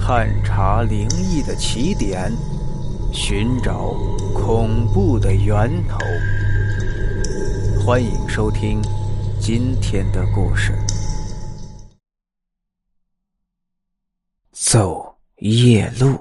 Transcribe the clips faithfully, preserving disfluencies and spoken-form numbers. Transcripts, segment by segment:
探查灵异的起点，寻找恐怖的源头。欢迎收听今天的故事。走夜路。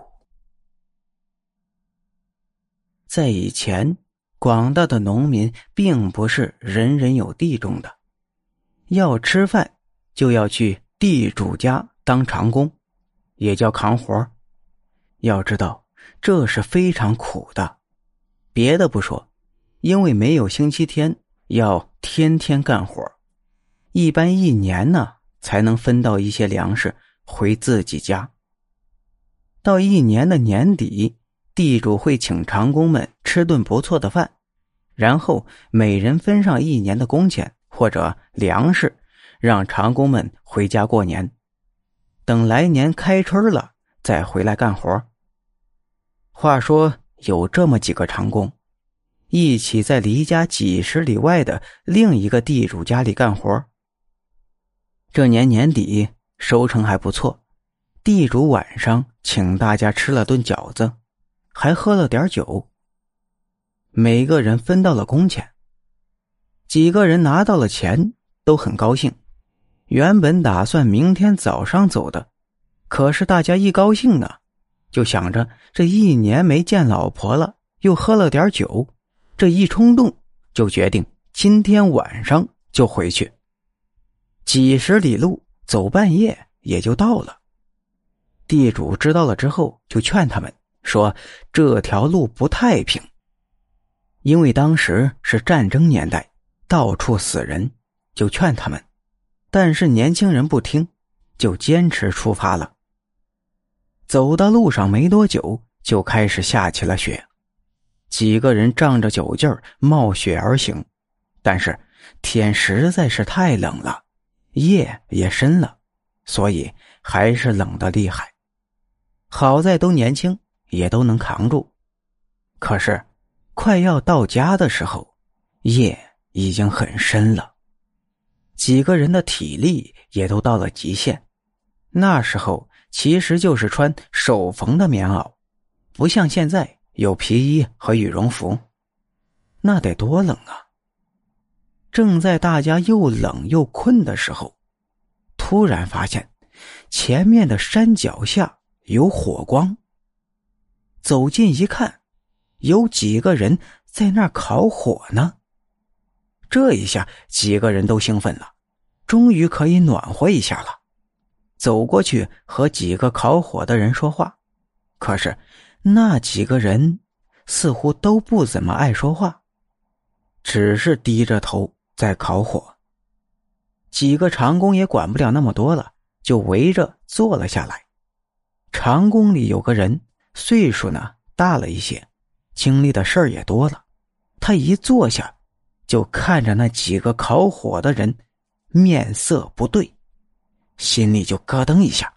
在以前，广大的农民并不是人人有地种的，要吃饭就要去地主家当长工，也叫扛活。要知道这是非常苦的，别的不说，因为没有星期天，要天天干活，一般一年呢才能分到一些粮食回自己家。到一年的年底，地主会请长工们吃顿不错的饭，然后每人分上一年的工钱或者粮食，让长工们回家过年，等来年开春了再回来干活。话说有这么几个长工，一起在离家几十里外的另一个地主家里干活。这年年底收成还不错，地主晚上请大家吃了顿饺子，还喝了点酒。每个人分到了工钱，几个人拿到了钱都很高兴，原本打算明天早上走的，可是大家一高兴呢，就想着这一年没见老婆了，又喝了点酒，这一冲动就决定今天晚上就回去。几十里路走半夜也就到了。地主知道了之后就劝他们说，这条路不太平，因为当时是战争年代，到处死人，就劝他们，但是年轻人不听，就坚持出发了。走到路上没多久，就开始下起了雪，几个人仗着酒劲儿冒雪而行，但是天实在是太冷了，夜也深了，所以还是冷得厉害。好在都年轻，也都能扛住。可是快要到家的时候，夜已经很深了，几个人的体力也都到了极限。那时候其实就是穿手缝的棉袄，不像现在有皮衣和羽绒服，那得多冷啊！正在大家又冷又困的时候，突然发现前面的山脚下有火光。走近一看，有几个人在那儿烤火呢。这一下几个人都兴奋了，终于可以暖和一下了。走过去和几个烤火的人说话，可是那几个人似乎都不怎么爱说话，只是低着头在烤火。几个长工也管不了那么多了，就围着坐了下来。长工里有个人岁数呢大了一些，经历的事儿也多了，他一坐下就看着那几个烤火的人，面色不对，心里就咯噔一下。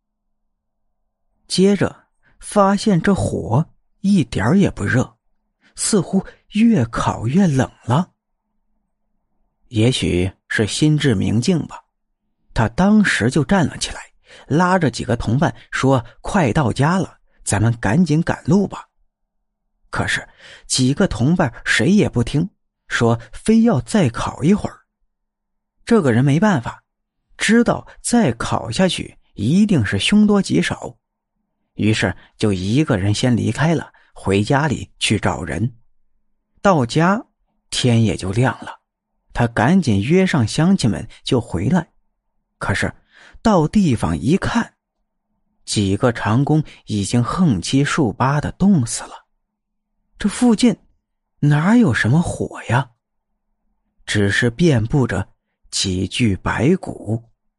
接着发现这火一点也不热，似乎越烤越冷了。也许是心智明镜吧，他当时就站了起来，拉着几个同伴说，快到家了，咱们赶紧赶路吧。可是几个同伴谁也不听，说非要再烤一会儿。这个人没办法，知道再烤下去一定是凶多吉少，于是就一个人先离开了，回家里去找人。到家天也就亮了，他赶紧约上乡亲们就回来。可是到地方一看，几个长工已经横七竖八的冻死了。这附近哪有什么火呀？只是遍布着几具白骨。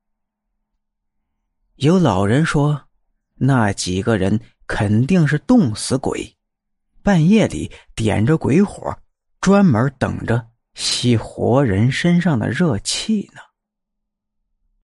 有老人说，那几个人肯定是冻死鬼，半夜里点着鬼火，专门等着吸活人身上的热气呢。